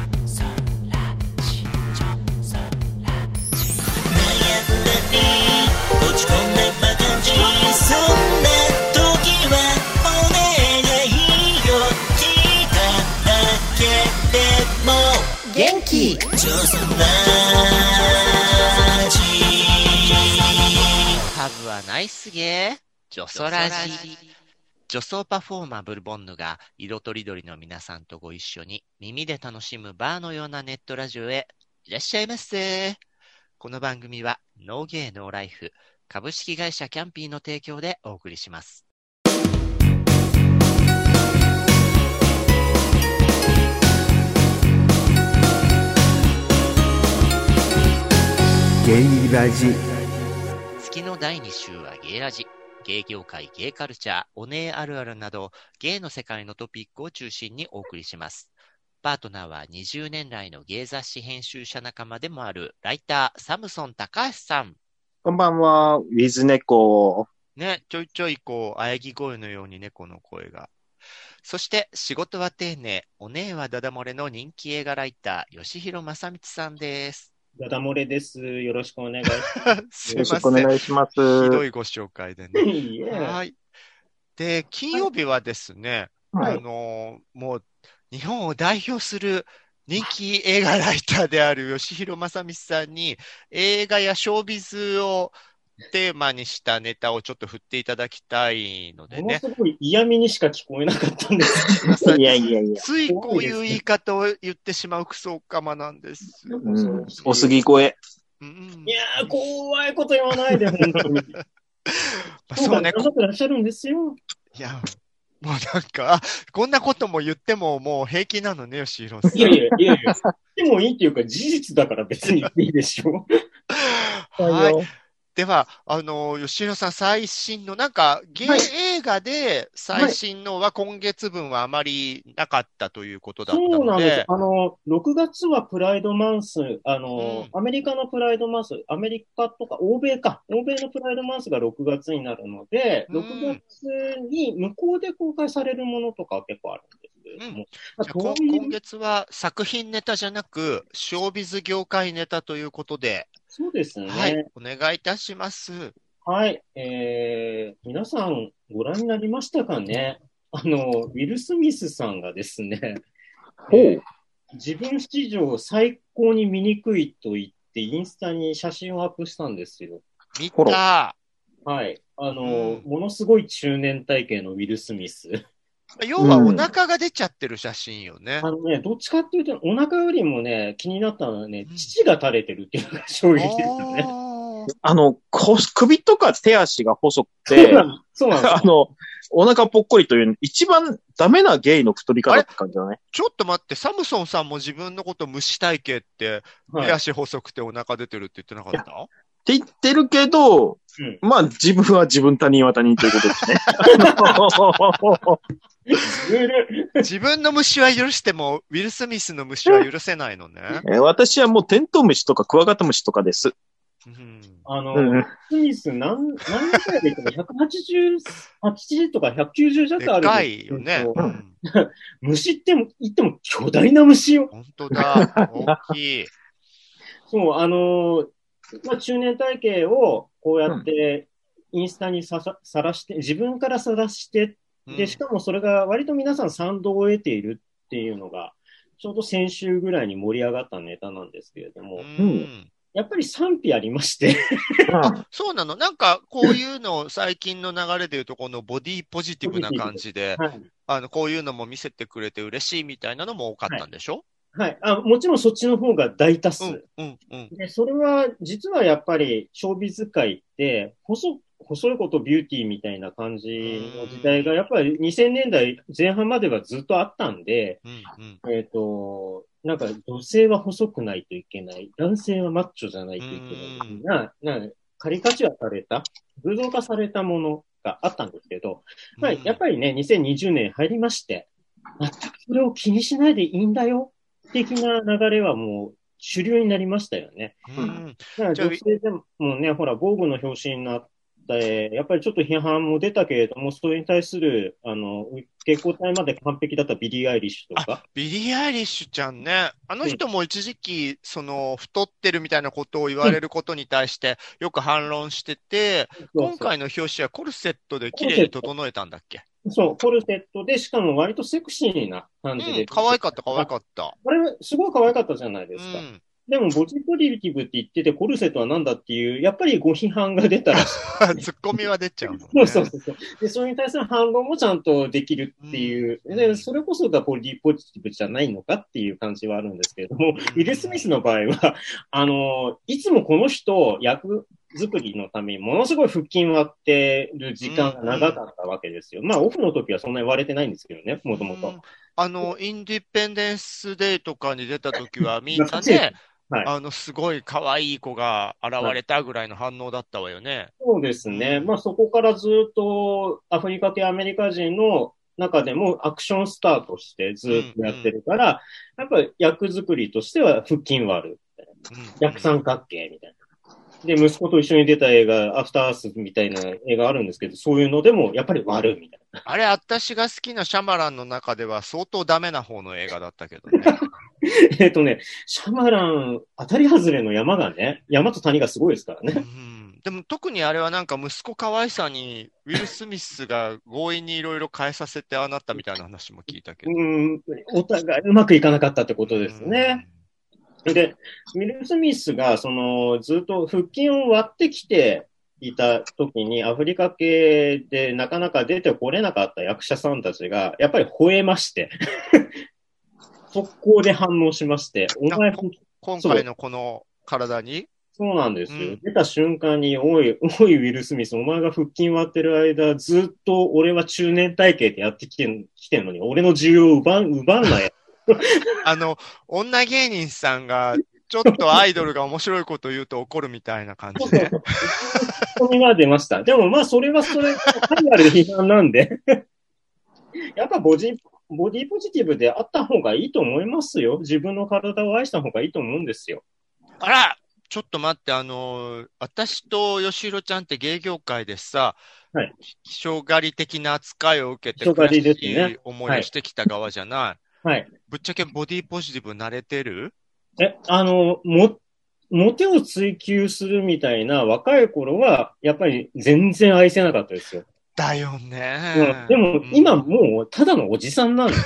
元気 Have a nice day ジョソラジ女装パフォーマーブルボンヌが色とりどりの皆さんとご一緒に耳で楽しむバーのようなネットラジオへいらっしゃいませ。この番組はノーゲーノーライフ株式会社キャンピーの提供でお送りします。 ゲイラジ月の第2週はゲイラジ。ゲイ業界、ゲイカルチャー、おねえあるあるなど、ゲイの世界のトピックを中心にお送りします。パートナーは20年来のゲイ雑誌編集者仲間でもあるライター、サムソン高橋さん。 こんばんは、ウィズ猫。 ね、ちょいちょい喘ぎ声のように猫の声が。そして仕事は丁寧、おねえはダダ漏れの人気映画ライター、吉弘正光さんです。 ダダ漏れです。よろしくお願いします。 すいません。 よろしくお願いします。 ひどいご紹介でね。はい。で、金曜日はですね、 はい、 もう日本を代表する人気映画ライターである吉弘正光さんに映画やショービズをテーマにしたネタをちょっと振っていただきたいのでね。 ものすごい嫌味にしか聞こえなかったんですいやいやいや。 ついこういう言い方を言ってしまうクソオカマなんです。 おすぎ声。 いやー、怖いこと言わないで、本当に。 そうね。 頑張ってらっしゃるんですよ。 いや、もうなんか、こんなことも言ってももう平気なのね、吉弘さん。 いや。言ってもいいっていうか事実だから別にいいでしょ。 はい。では、吉弘さん最新の、なんか、ゲイ映画で最新のは今月分はあまりなかったということだったので。 そうなんです。6月はプライドマンス、アメリカのプライドマンス、アメリカとか欧米のプライドマンスが6月になるので、6月に向こうで公開されるものとかは結構あるんですけれども。 今月は作品ネタじゃなく、ショービズ業界ネタということで。 そうですね。 はい、お願いいたします。 はい、皆さんご覧になりましたかね。ウィル・スミスさんがですね、自分史上最高に醜いと言ってインスタに写真をアップしたんですよ。 見た。 はい。ものすごい中年体型のウィル・スミス。 要はお腹が出ちゃってる写真よね。 どっちかっていうと、お腹よりもね、気になったのはね、乳が垂れてるっていうのが衝撃ですよね。 首とか手足が細くて、 そうなんです。 お腹ぽっこりという一番ダメなゲイの太り方って感じだね。 ちょっと待って、サムソンさんも自分のこと虫体型って、手足細くてお腹出てるって言ってなかった？ って言ってるけど、まあ自分は自分他人は他人ということですね。 自分の虫は許しても、ウィル・スミスの虫は許せないのね。 私はもうテントウムシとかクワガタムシとかです。 スミス何年くらいで言っても180とか190弱ある。 でかいよね。 虫って言っても巨大な虫よ。 本当だ。大きい。 そう、中年体型をこうやってインスタにさらして、自分からさらして、で、しかもそれが割と皆さん賛同を得ているっていうのが、ちょうど先週ぐらいに盛り上がったネタなんですけれども、やっぱり賛否ありましてそうなの。なんか、こういうの最近の流れでいうと、このボディポジティブな感じで、こういうのも見せてくれて嬉しいみたいなのも多かったんでしょ？ はい。もちろんそっちの方が大多数。で、それは、実はやっぱり、ショービズ界って、細いことビューティーみたいな感じの時代が、やっぱり2000年代前半まではずっとあったんで、なんか女性は細くないといけない、男性はマッチョじゃないといけないカリカチュアされた、偶像化されたものがあったんですけど、やっぱりね、2020年入りまして、全くそれを気にしないでいいんだよ。的な流れはもう主流になりましたよね。だから女性でもね、ほら、防具の表紙になっやっぱりちょっと批判も出たけれども、それに対する、受け答えまで完璧だったビリー・アイリッシュとか。 ビリー・アイリッシュちゃんね。あの人も一時期、太ってるみたいなことを言われることに対して、よく反論してて、今回の表紙はコルセットで綺麗に整えたんだっけ？ そう、コルセットで、しかも割とセクシーな感じで。 可愛かった、可愛かった。 あれ、すごい可愛かったじゃないですか。でも、ボディポジティブって言ってて、コルセットは何だっていう、やっぱりご批判が出たらツッコミは出ちゃうのね。そう。で、それに対する反論もちゃんとできるっていう。で、それこそがボディポジティブじゃないのかっていう感じはあるんですけれども、ウィル・スミスの場合は、いつもこの人、役作りのためにものすごい腹筋割ってる時間が長かったわけですよ。まあ、オフの時はそんなに割れてないんですけどね、もともと。 インディペンデンスデーとかに出た時はみんなね、はい、すごい可愛い子が現れたぐらいの反応だったわよね。 そうですね。まあそこからずっとアフリカ系アメリカ人の中でもアクションスターとしてずっとやってるから、やっぱり役作りとしては腹筋割る。逆三角形みたいな。で、息子と一緒に出た映画、アフターアースみたいな映画あるんですけど、そういうのでもやっぱり割るみたいな。 あれ、私が好きなシャマランの中では相当ダメな方の映画だったけどね。 シャマラン、当たり外れの山と谷がすごいですからね。 でも特にあれはなんか息子可愛さに、ウィル・スミスが強引にいろいろ変えさせてああなったみたいな話も聞いたけど。 お互いうまくいかなかったってことですね。で、ウィル・スミスが、ずっと腹筋を割ってきていた時に、アフリカ系でなかなか出てこれなかった役者さんたちが、やっぱり吠えまして、速攻で反応しまして、 お前、今回のこの体にそうなんですよ。出た瞬間に、おい、ウィル・スミス、お前が腹筋割ってる間、ずっと俺は中年体型でやってきてんのに、俺の需要を奪んなよ。 女芸人さんが、ちょっとアイドルが面白いこと言うと怒るみたいな感じで。 ツッコミが出ました。でもまあ、それはカジュアルで批判なんで。やっぱボディポジティブであった方がいいと思いますよ。自分の体を愛した方がいいと思うんですよ。 あらちょっと待って、私と吉弘ちゃんって芸業界でさ、はい、秘書狩り的な扱いを受けて悔しい思いをしてきた側じゃない。はい。ぶっちゃけボディポジティブ慣れてる？ モテを追求するみたいな若い頃は、やっぱり全然愛せなかったですよ。 だよね。 でも、今もう、ただのおじさんなんで。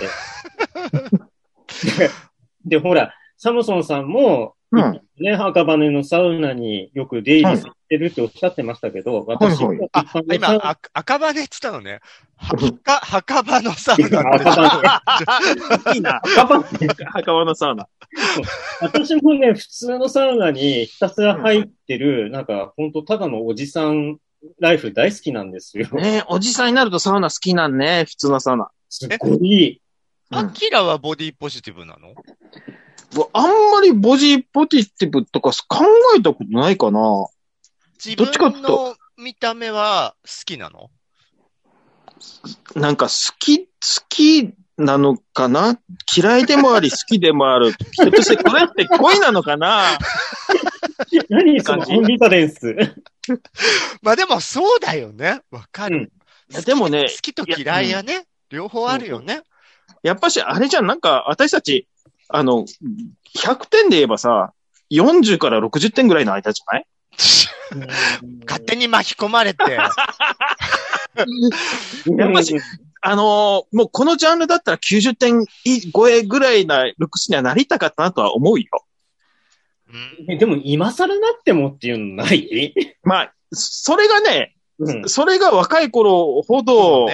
で、ほら、サムソンさんも、赤羽のサウナによく出入りしてるっておっしゃってましたけど、私は、 今、赤羽って言ったのね。墓場のサウナって。 いいな。墓場のサウナ。 私もね、普通のサウナにひたすら入ってる、なんか、ほんとただのおじさんライフ大好きなんですよ。 ねおじさんになるとサウナ好きなんね、普通のサウナ。 すごい。 アキラはボディポジティブなの？ あんまりボディポジティブとか考えたことないかな。 自分の見た目は好きなの？ なんか好きなのかな？嫌いでもあり好きでもある。ひょっとしてこれって恋なのかな？ 何そのアンビバレンス。 まあでもそうだよね。わかる。 でもね。 好きと嫌いやね。両方あるよね。 やっぱし、あれじゃん、なんか私たち、100点で言えばさ、40から60点ぐらいの間じゃない？ 勝手に巻き込まれて。やっぱし、もうこのジャンルだったら90点超えぐらいなルックスにはなりたかったなとは思うよ。 でも今更なってもっていうのない？ まあ、それがね、それが若い頃ほど、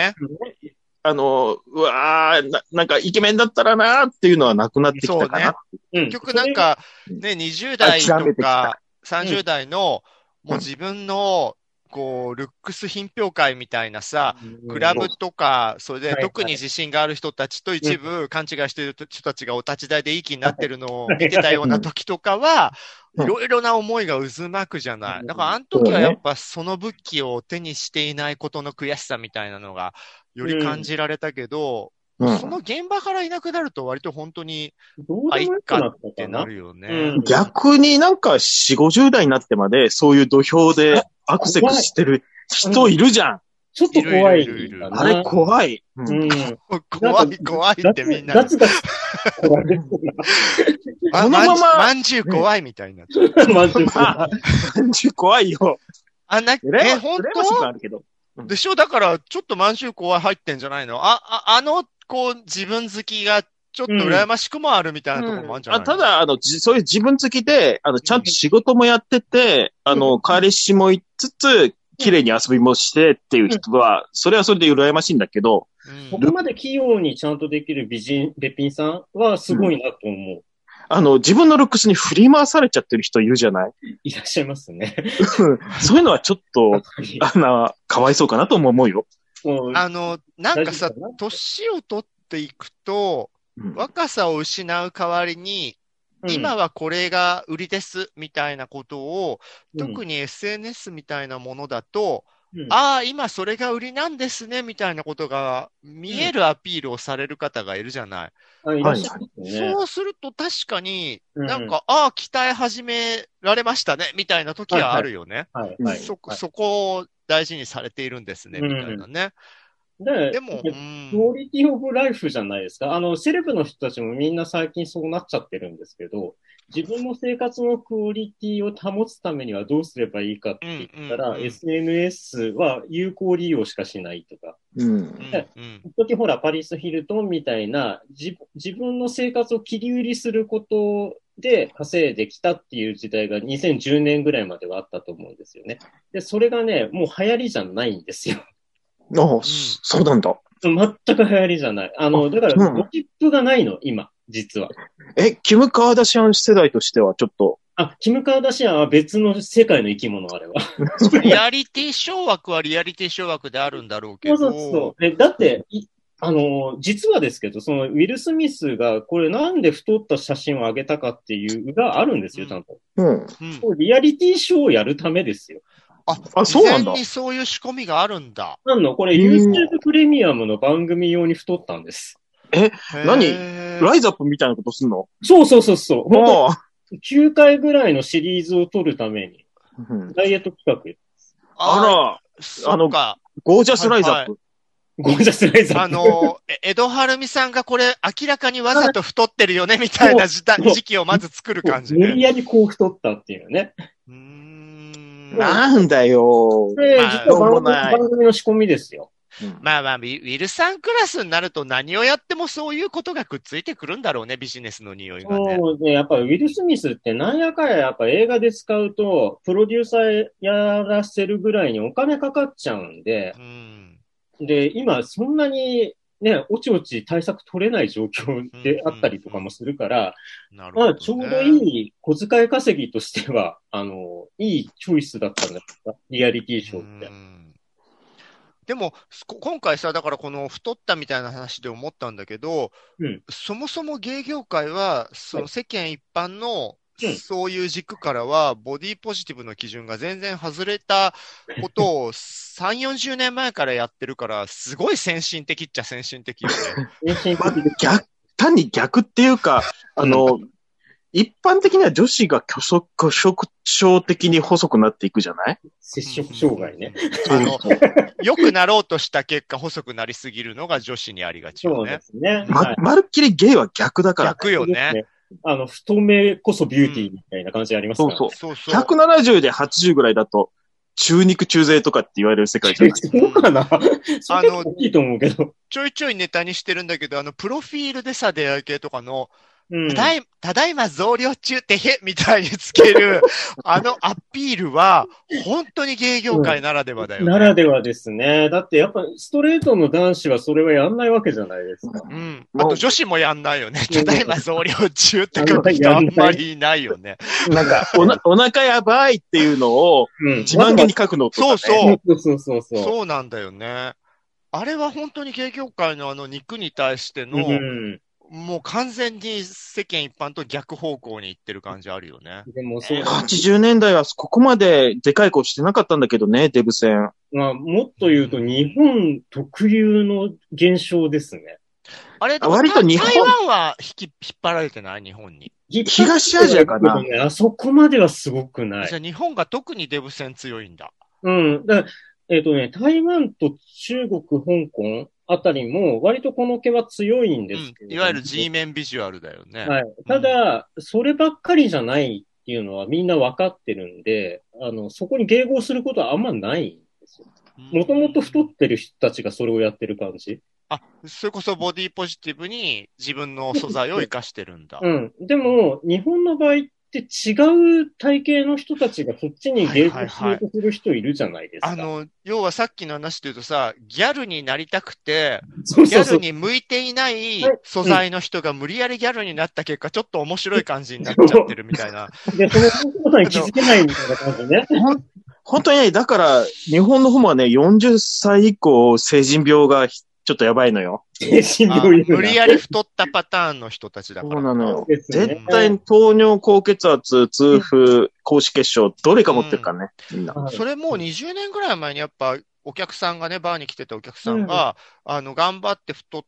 なんかイケメンだったらなっていうのはなくなってきたかな。 結局なんか、ね、20代とか30代の、もう自分の、こう、ルックス品評会みたいなさ、クラブとか、それで特に自信がある人たちと一部勘違いしている人たちがお立ち台でいい気になってるのを見てたような時とかは、いろいろな思いが渦巻くじゃない。だからあの時はやっぱその武器を手にしていないことの悔しさみたいなのがより感じられたけど、その現場からいなくなると割と本当に、いっかってなるよね。 逆になんか4、50代になってまでそういう土俵でアクセクしてる人いるじゃん。 ちょっと怖い。 あれ怖い。 怖いってみんな。 ガツガツ。 このまま。まんじゅう怖いみたいになっちゃう。 まんじゅう怖いよ。 本当でしょだから、ちょっとまんじゅう怖い入ってんじゃないの自分好きが、ちょっと羨ましくもあるみたいなところもあるんじゃないの、 ただ、そういう自分好きで、ちゃんと仕事もやってて、彼氏もいつつ、綺麗に遊びもしてっていう人は、それはそれで羨ましいんだけど。 ここまで器用にちゃんとできるべっぴんさんはすごいなと思う。 自分のルックスに振り回されちゃってる人いるじゃない？ いらっしゃいますね。 そういうのはちょっと、かわいそうかなとも思うよ。 なんかさ、年を取っていくと、若さを失う代わりに、今はこれが売りですみたいなことを、特に SNS みたいなものだと、今それが売りなんですねみたいなことが見えるアピールをされる方がいるじゃない。そうすると確かになんか、期待始められましたねみたいな時はあるよね。そこを大事にされているんですねみたいなね。 でも、クオリティオブライフじゃないですか。セレブの人たちもみんな最近そうなっちゃってるんですけど、自分の生活のクオリティを保つためにはどうすればいいかって言ったら、SNS は有効利用しかしないとか。一時ほら、パリス・ヒルトンみたいな、自分の生活を切り売りすることで稼いできたっていう時代が2010年ぐらいまではあったと思うんですよね。で、それがね、もう流行りじゃないんですよ。 そうなんだ。 全く流行りじゃない。だから、ゴシップがないの、今、実は。 キム・カーダシアン世代としてはちょっと。 キム・カーダシアンは別の世界の生き物、あれは。 リアリティショー枠はリアリティショー枠であるんだろうけど。 そう。だって、実はですけど、そのウィル・スミスがこれなんで太った写真を上げたかっていうがあるんですよ、ちゃんと。リアリティショーをやるためですよ。 そうなんだ。 事前にそういう仕込みがあるんだ。 これ YouTube プレミアムの番組用に太ったんです。 何ライズアップみたいなことすんの？ そう。9回ぐらいのシリーズを撮るために、ダイエット企画。 ゴージャスライズアップ。 ゴージャスライズアップ。 江戸晴美さんがこれ明らかにわざと太ってるよねみたいな時期をまず作る感じね。 無理やりこう太ったっていうね。 なんだよ。 これ、実は番組の仕込みですよ。 ウィルさんクラスになると何をやってもそういうことがくっついてくるんだろうね、ビジネスの匂いがね。 そうね、やっぱウィル・スミスってなんやかんややっぱ映画で使うと、プロデューサーやらせるぐらいにお金かかっちゃうんで、で、今そんなにね、おちおち対策取れない状況であったりとかもするから、ちょうどいい小遣い稼ぎとしては、いいチョイスだったんだった、リアリティショーって。 でも、今回さ、だからこの太ったみたいな話で思ったんだけど、そもそも芸業界は、その世間一般の、そういう軸からは、ボディポジティブの基準が全然外れたことを3、40年前からやってるから、すごい先進的っちゃ先進的よね。 単に逆っていうか、一般的には女子が拒食症的に細くなっていくじゃない？ 摂食障害ね。 良くなろうとした結果、細くなりすぎるのが女子にありがちよね。 そうですね。 まるっきりゲイは逆だから、ね。 逆よね。 太めこそビューティーみたいな感じありますから、ね。 そう。170で80ぐらいだと、中肉中背とかって言われる世界じゃないですか。 そうかな大きいと思うけど。 ちょいちょいネタにしてるんだけど、プロフィールでさ、出会い系とかの、ただいま増量中てへみたいにつける、アピールは、本当に芸業界ならではだよね。 ならではですね。だってやっぱストレートの男子はそれはやんないわけじゃないですか。 あと女子もやんないよね。ただいま増量中って書く人あんまりいないよね。 なんか、お腹やばいっていうのを、自慢げに書くのとか、ね。 そう。そうなんだよね。あれは本当に芸業界の肉に対しての、もう完全に世間一般と逆方向に行ってる感じあるよね。 でもそう、 80年代はここまででかい子してなかったんだけどね、デブ戦。 もっと言うと日本特有の現象ですね。 あれ、割と台湾は引っ張られてない日本に。 東アジアかな。 あそこまではすごくない。 じゃあ日本が特にデブ戦強いんだ。 うん。台湾と中国、香港あたりも、割とこの毛は強いんですけど、 いわゆる G メンビジュアルだよね。 はい。ただ、そればっかりじゃないっていうのはみんな分かってるんで、そこに迎合することはあんまないんですよ。もともと太ってる人たちがそれをやってる感じ。 それこそボディポジティブに自分の素材を活かしてるんだ。 うん。でも、日本の場合って違う体型の人たちがそっちに迎合しようとする人いるじゃないですか。 要はさっきの話で言うとさ、ギャルになりたくて、 ギャルに向いていない素材の人が無理やりギャルになった結果、ちょっと面白い感じになっちゃってるみたいな。 で、そのことに気づけないみたいな感じね。 本当にね、だから、日本の方はね、40歳以降、成人病がちょっとやばいのよ。 精神病無理やり太ったパターンの人たちだから。 そうなのよ。 ね、 絶対に糖尿、高血圧、痛風、高脂血症、どれか持ってるからね、みんな。 それもう20年ぐらい前にやっぱお客さんがね、バーに来てたお客さんが、頑張って太って、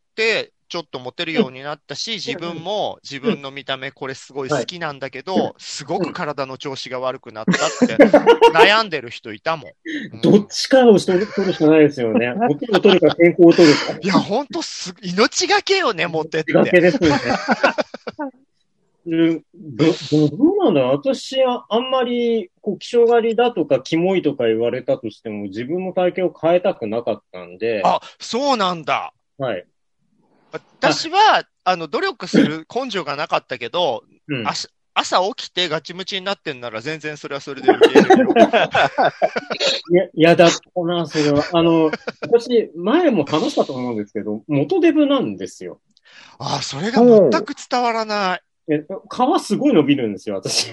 ちょっとモテるようになったし、自分も自分の見た目これすごい好きなんだけど、すごく体の調子が悪くなったって悩んでる人いたもん。 どっちかを取るしかないですよね。モテを取るか健康を取るか。 いや、ほんと命がけよね、モテって。 命がけですよね。どうなんだろう、私はあんまり、気性狩りだとか、キモいとか言われたとしても、自分の体型を変えたくなかったんで。 そうなんだ。 はい。 私は、努力する根性がなかったけど、朝起きてガチムチになってんなら全然それはそれで受け入れるよ。 やだったな、それは。私、前も話したと思うんですけど、元デブなんですよ。 それが全く伝わらない。 皮すごい伸びるんですよ、私。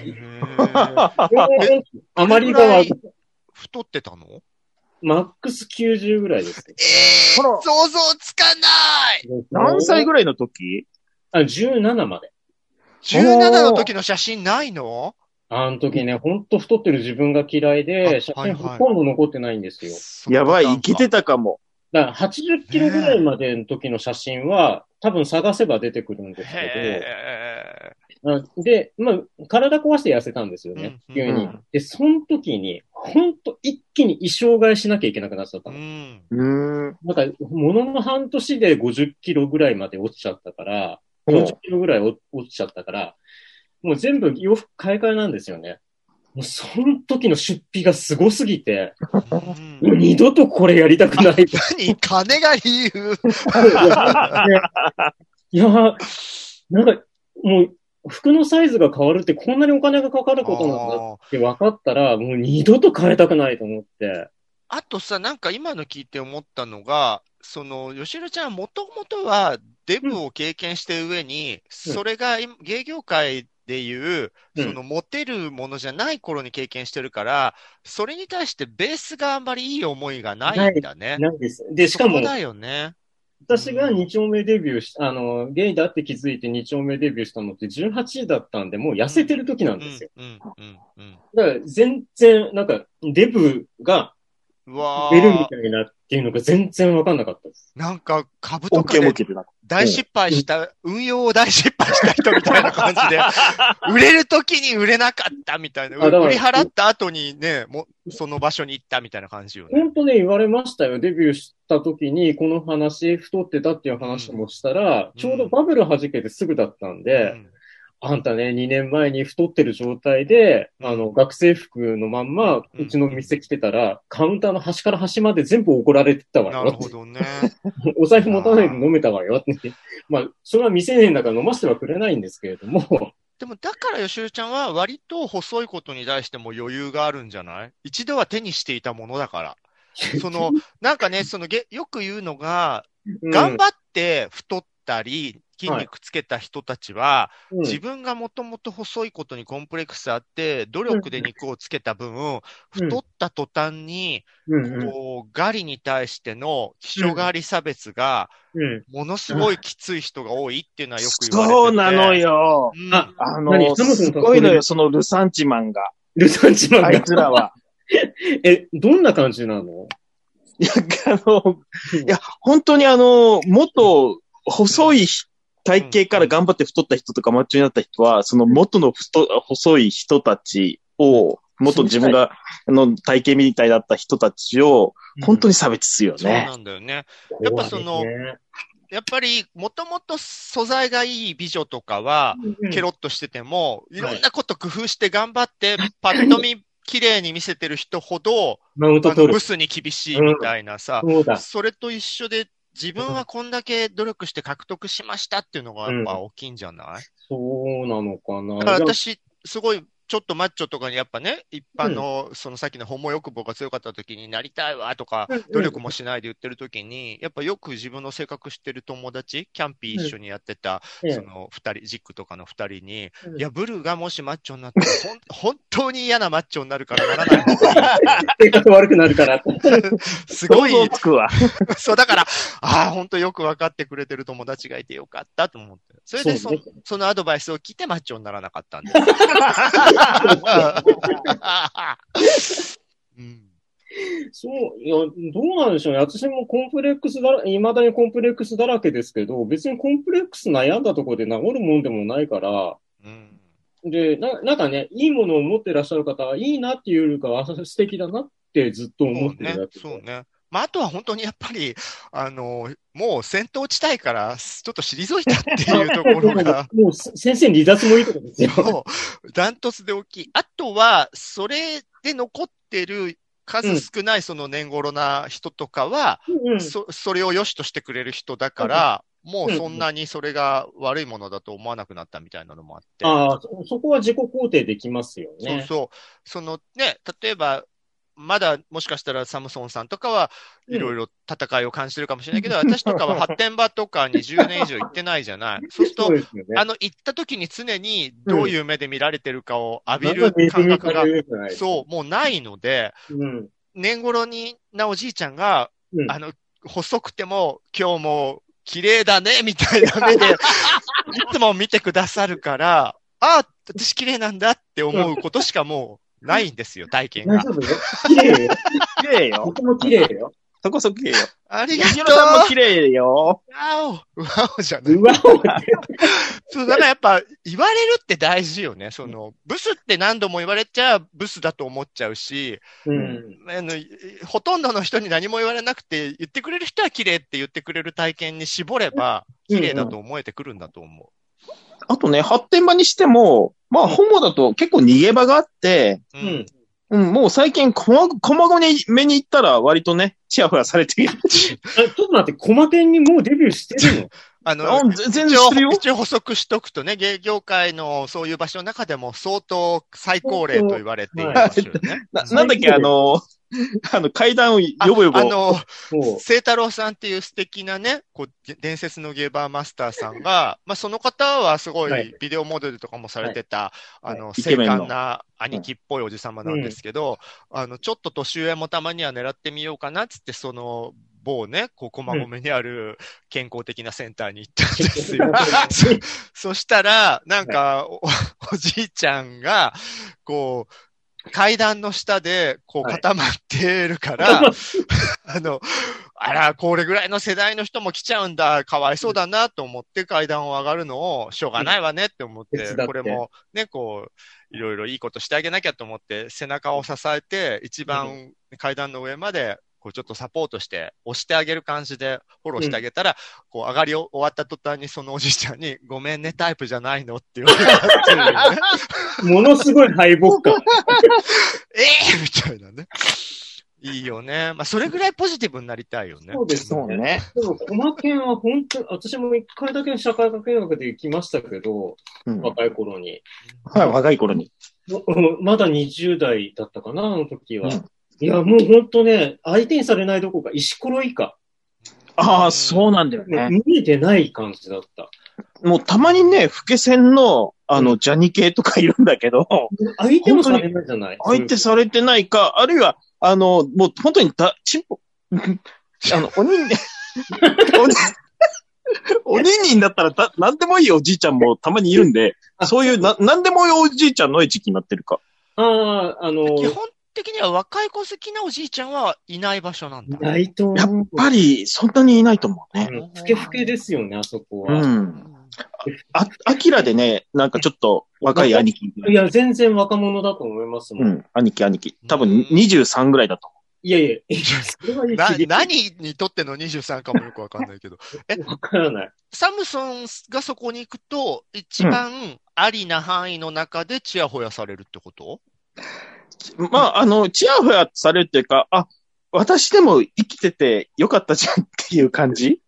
あまりが太ってたの？ マックス90ぐらいです。 想像つかない。 何歳ぐらいの時 ？17まで。 17の時の写真ないの？ あの時ね、ほんと太ってる自分が嫌いで、写真ほとんど残ってないんですよ。 やばい、生きてたかも。 だから80キロぐらいまでの時の写真は、多分探せば出てくるんですけど、で、体壊して痩せたんですよね、急に。で、その時に、ほんと一気に衣装替えしなきゃいけなくなっちゃったの。なんか、ものの半年で50キロぐらいまで落ちちゃったから、40キロぐらい落ちちゃったから、もう全部洋服買い替えなんですよね。もうその時の出費がすごすぎて、もう二度とこれやりたくない。 何？金が理由いや、なんか、もう、服のサイズが変わるってこんなにお金がかかることなんだって分かったら、もう二度と変えたくないと思って。 あとさ、なんか今の聞いて思ったのが、よしろちゃんはもともとはデブを経験して上に、それが芸業界でいう、モテるものじゃない頃に経験してるから、それに対してベースがあんまりいい思いがないんだね。 ないです。で、しかも、 そうだよね。 私が2丁目デビューし、ゲイだって気づいて2丁目デビューしたのって18だったんで、もう痩せてる時なんですよ。だから全然、なんか、デブが出るみたいなっていうのが全然わかんなかったです。 なんか、株とかで大失敗した、運用を大失敗した人みたいな感じで、売れる時に売れなかったみたいな、売り払った後にね、その場所に行ったみたいな感じよね。 本当ね、言われましたよ。デビューした時に、この話、太ってたっていう話もしたら、ちょうどバブル弾けてすぐだったんで、あんたね、2年前に太ってる状態で、学生服のまんま、うちの店来てたら、カウンターの端から端まで全部怒られてたわよ。 なるほどね。 お財布持たないで飲めたわよ。それは未成年だから飲ませてはくれないんですけれども。 でも、だから、よしるちゃんは割と細いことに対しても余裕があるんじゃない？一度は手にしていたものだから。なんかね、よく言うのが、頑張って太ったり、筋肉つけた人たちは、自分がもともと細いことにコンプレックスあって、努力で肉をつけた分、太った途端に、ガリに対しての気性狩り差別が、ものすごいきつい人が多いっていうのはよく言われてて。 そうなのよ。すごいのよ、そのルサンチマンが。 ルサンチマンが。 あいつらは。 どんな感じなの？ いや、本当にもっと細い体型から頑張って太った人とかマッチョになった人は、その元の細い人たちをもっと自分が、体型みたいだった人たちを、本当に差別するよね。 そうなんだよね。やっぱやっぱり、もともと素材がいい美女とかは、ケロッとしてても、いろんなこと工夫して頑張って、パッと見、綺麗に見せてる人ほど、ブスに厳しいみたいなさ、それと一緒で、自分はこんだけ努力して獲得しましたっていうのがやっぱ大きいんじゃない？ そうなのかな。 だから私、すごい、ちょっとマッチョとかにやっぱね、一般の、そのさっきのホモ欲望が強かった時になりたいわとか、努力もしないで言ってる時に、やっぱよく自分の性格知ってる友達、キャンピー一緒にやってた、その二人、ジックとかの二人に、いや、ブルがもしマッチョになったら、本当に嫌なマッチョになるからならない方がいい。 性格悪くなるから。 すごい。 想像つくわ。 そう、だから、本当よく分かってくれてる友達がいてよかったと思って。それでそのアドバイスを聞いてマッチョにならなかったんです。 そう、いや、どうなんでしょうね。私も未だにコンプレックスだらけですけど、別にコンプレックス悩んだところで治るもんでもないから、で、なんかね、いいものを持ってらっしゃる方はいいなっていうよりかは素敵だなってずっと思ってるだけで。 そうね。まあ、あとは本当にやっぱり、もう戦闘地帯からちょっと退いたっていうところが。 もう先生離脱もいいところですよ。 そう。ダントツで大きい。あとは、それで残ってる数少ないその年頃な人とかは、それを良しとしてくれる人だから、もうそんなにそれが悪いものだと思わなくなったみたいなのもあって。 そこは自己肯定できますよね。 そのね、例えば、まだもしかしたらサムソンさんとかはいろいろ戦いを感じてるかもしれないけど、私とかは発展場とかに10年以上行ってないじゃない。そうすると、行った時に常にどういう目で見られてるかを浴びる感覚が、もうないので、年頃なおじいちゃんが、細くても今日も綺麗だね、みたいな目で、いつも見てくださるから、私綺麗なんだって思うことしかもう、ないんですよ、体験が。 大丈夫よ。綺麗よ。 綺麗よ。 僕も綺麗よ。 そこそこ綺麗よ。 ありがとう。 西野さんも綺麗よ。 わおじゃない。そう、だからやっぱ、言われるって大事よね。ブスって何度も言われちゃブスだと思っちゃうし、ほとんどの人に何も言われなくて、言ってくれる人は綺麗って言ってくれる体験に絞れば、綺麗だと思えてくるんだと思う。 あとね、発展場にしても、まあ、ホモだと結構逃げ場があって、もう最近、こまごに目に行ったら割とね、チヤホヤされている。 ちょっと待って、コマケンにもうデビューしてるの？ 全然してるよ。 一応補足しとくとね、芸業界のそういう場所の中でも相当最高齢と言われている場所よね。 なんだっけ、階段をよぼよぼ。 聖太郎さんっていう素敵なね、伝説のゲーバーマスターさんが、まあ、その方はすごいビデオモデルとかもされてた、精悍な兄貴っぽいおじさまなんですけど、ちょっと年上もたまには狙ってみようかなっつって、某ね、駒込にある健康的なセンターに行ったんですよ。そしたら、なんか、おじいちゃんが、階段の下で、固まってるから、これぐらいの世代の人も来ちゃうんだ、かわいそうだなと思って階段を上がるのを、しょうがないわねって思って、これもね、いろいろいいことしてあげなきゃと思って、背中を支えて、一番階段の上まで、ちょっとサポートして、押してあげる感じでフォローしてあげたら、上がり終わった途端にそのおじいちゃんに、ごめんね、タイプじゃないのって言われたっていうね。 ものすごい敗北感。 みたいなね。いいよね。まあ、それぐらいポジティブになりたいよね。 そうですね。でも、コマケンは本当、私も一回だけ社会科見学で行きましたけど、若い頃に。 はい、若い頃に。 まだ20代だったかな、あの時は。いや、もうほんとね、相手にされないどこか、石ころ以下。 そうなんだよね。 見えてない感じだった。 もうたまにね、老け線の、ジャニ系とかいるんだけど。 相手もされないじゃない。 相手されてないか、あるいは、もう本当におにんにんだったらなんでもいいおじいちゃんもたまにいるんで、そういうなんでもいいおじいちゃんの時期になってるか。 基本的には若い子好きなおじいちゃんはいない場所なんだ。 ないと思う。 やっぱりそんなにいないと思うね。 ふけふけですよね、あそこは。 アキラでね、なんかちょっと若い兄貴。 いや、全然若者だと思いますもん。 うん、兄貴。多分23ぐらいだと。 いや、それは何にとっての23かもよくわかんないけど。 わからない。 サムソンがそこに行くと、一番ありな範囲の中でチヤホヤされるってこと？ まあ、チヤホヤされるっていうか、私でも生きててよかったじゃんっていう感じ？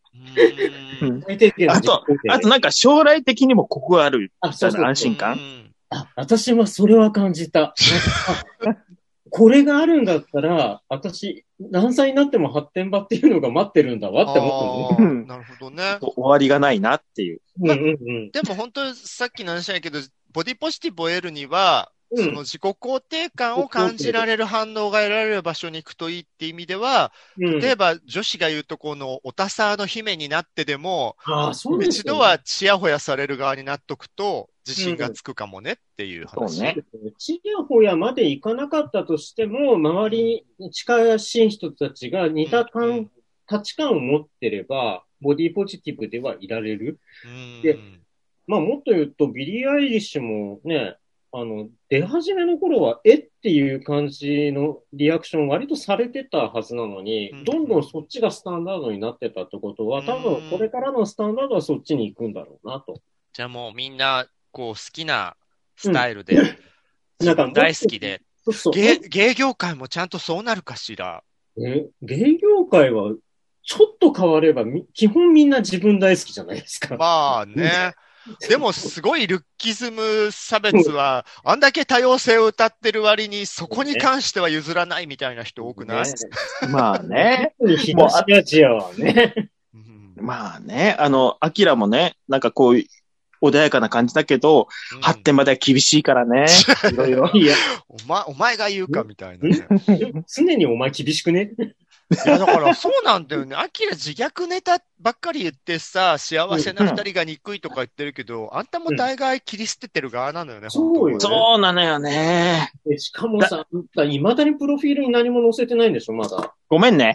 あとなんか将来的にもここがあるみたいな安心感？ 私はそれは感じた。これがあるんだったら、私、何歳になっても発展場っていうのが待ってるんだわって思ったの。なるほどね。 終わりがないなっていう。 でも本当さっきの話だけど、ボディポジティブを得るには、その自己肯定感を感じられる反応が得られる場所に行くといいって意味では、例えば女子が言うとこのおたさの姫になってでも、一度はチヤホヤされる側になっとくと自信がつくかもねっていう話。 そうね。チヤホヤまでいかなかったとしても、周りに近しい人たちが似た価値観を持ってれば、ボディポジティブではいられる。で、まあもっと言うと、ビリー・アイリッシュもね、出始めの頃は、っていう感じのリアクション割とされてたはずなのに、どんどんそっちがスタンダードになってたってことは、多分これからのスタンダードはそっちに行くんだろうなと。 じゃあもうみんな、こう好きなスタイルで、なんか大好きで、芸業界もちゃんとそうなるかしら。 芸業界はちょっと変われば、基本みんな自分大好きじゃないですか。 まあね。でもすごいルッキズム差別は、あんだけ多様性を歌ってる割に、そこに関しては譲らないみたいな人多くない？ まあね。 東アジアはね。 まあね。アキラもね、なんかこう、穏やかな感じだけど、発展までは厳しいからね。いろいろ。いや、 お前が言うかみたいなね。 常にお前厳しくね？ いや、だからそうなんだよね。アキラ自虐ネタばっかり言ってさ、幸せな二人が憎いとか言ってるけど、あんたも大概切り捨ててる側なのよね、 そうよ。 そうなのよね。 しかもさ、未だにプロフィールに何も載せてないんでしょ、まだ。 ごめんね。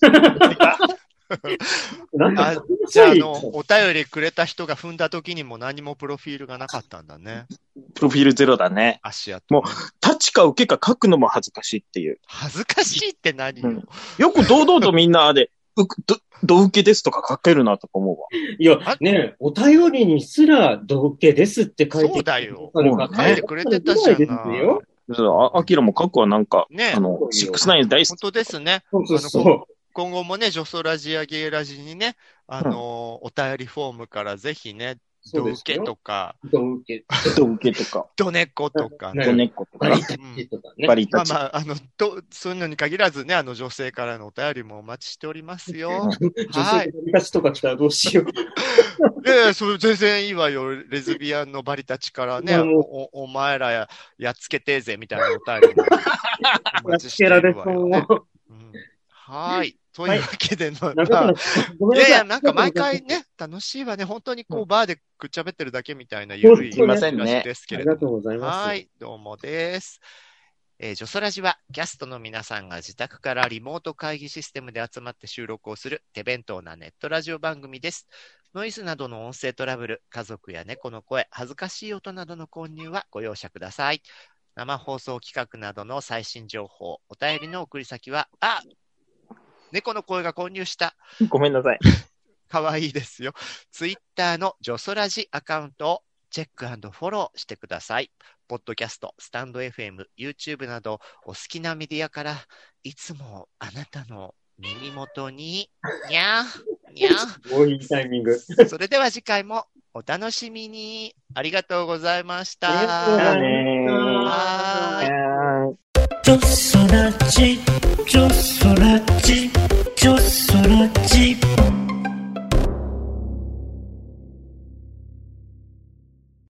じゃあ、お便りくれた人が踏んだ時にも何もプロフィールがなかったんだね。 プロフィールゼロだね。 足跡。 もう、立ちか受けか書くのも恥ずかしいっていう。 恥ずかしいって何よ。 よく堂々とみんなで、ど受けですとか書けるなとか思うわ。 いや、ねお便りにすらど受けですって書いてそうだよ。書いてくれてたじゃん。 アキラも書くわ、なんか、ね、69大好き。 本当ですね。 そう今後もね、ジョソラジやゲイラジにね、お便りフォームからぜひね、ドウケとか、 ドウケとか、 ドネコとか、 ドネコとか、 バリタチとかね。 バリタチ。 まあ、そういうのに限らずね、女性からのお便りもお待ちしておりますよ。 女性バリタチとか来たらどうしよう。 それ全然いいわよ。レズビアンのバリたちからね、お前らやっつけてぜみたいなお便りもお待ちしてるわよ、ね。はい。というわけでの、いやいや、なんか毎回ね、楽しいわね。本当にこう、バーでくっちゃべってるだけみたいなゆるい話ですけれども。 ありがとうございます。 はい、どうもです。ジョソラジはキャストの皆さんが自宅からリモート会議システムで集まって収録をする手弁当なネットラジオ番組です。ノイズなどの音声トラブル、家族や猫の声、恥ずかしい音などの混入はご容赦ください。生放送企画などの最新情報、お便りの送り先は、猫の声が混入した。 ごめんなさい。 かわいいですよ。ツイッターのジョソラジアカウントをチェック&フォローしてください。ポッドキャスト、スタンド FM、YouTube などお好きなメディアからいつもあなたの耳元ににゃーにゃー。 もういいタイミング。 それでは次回もお楽しみに。ありがとうございました。 ジョソラジ、ジョソラジ、ジョソラジ。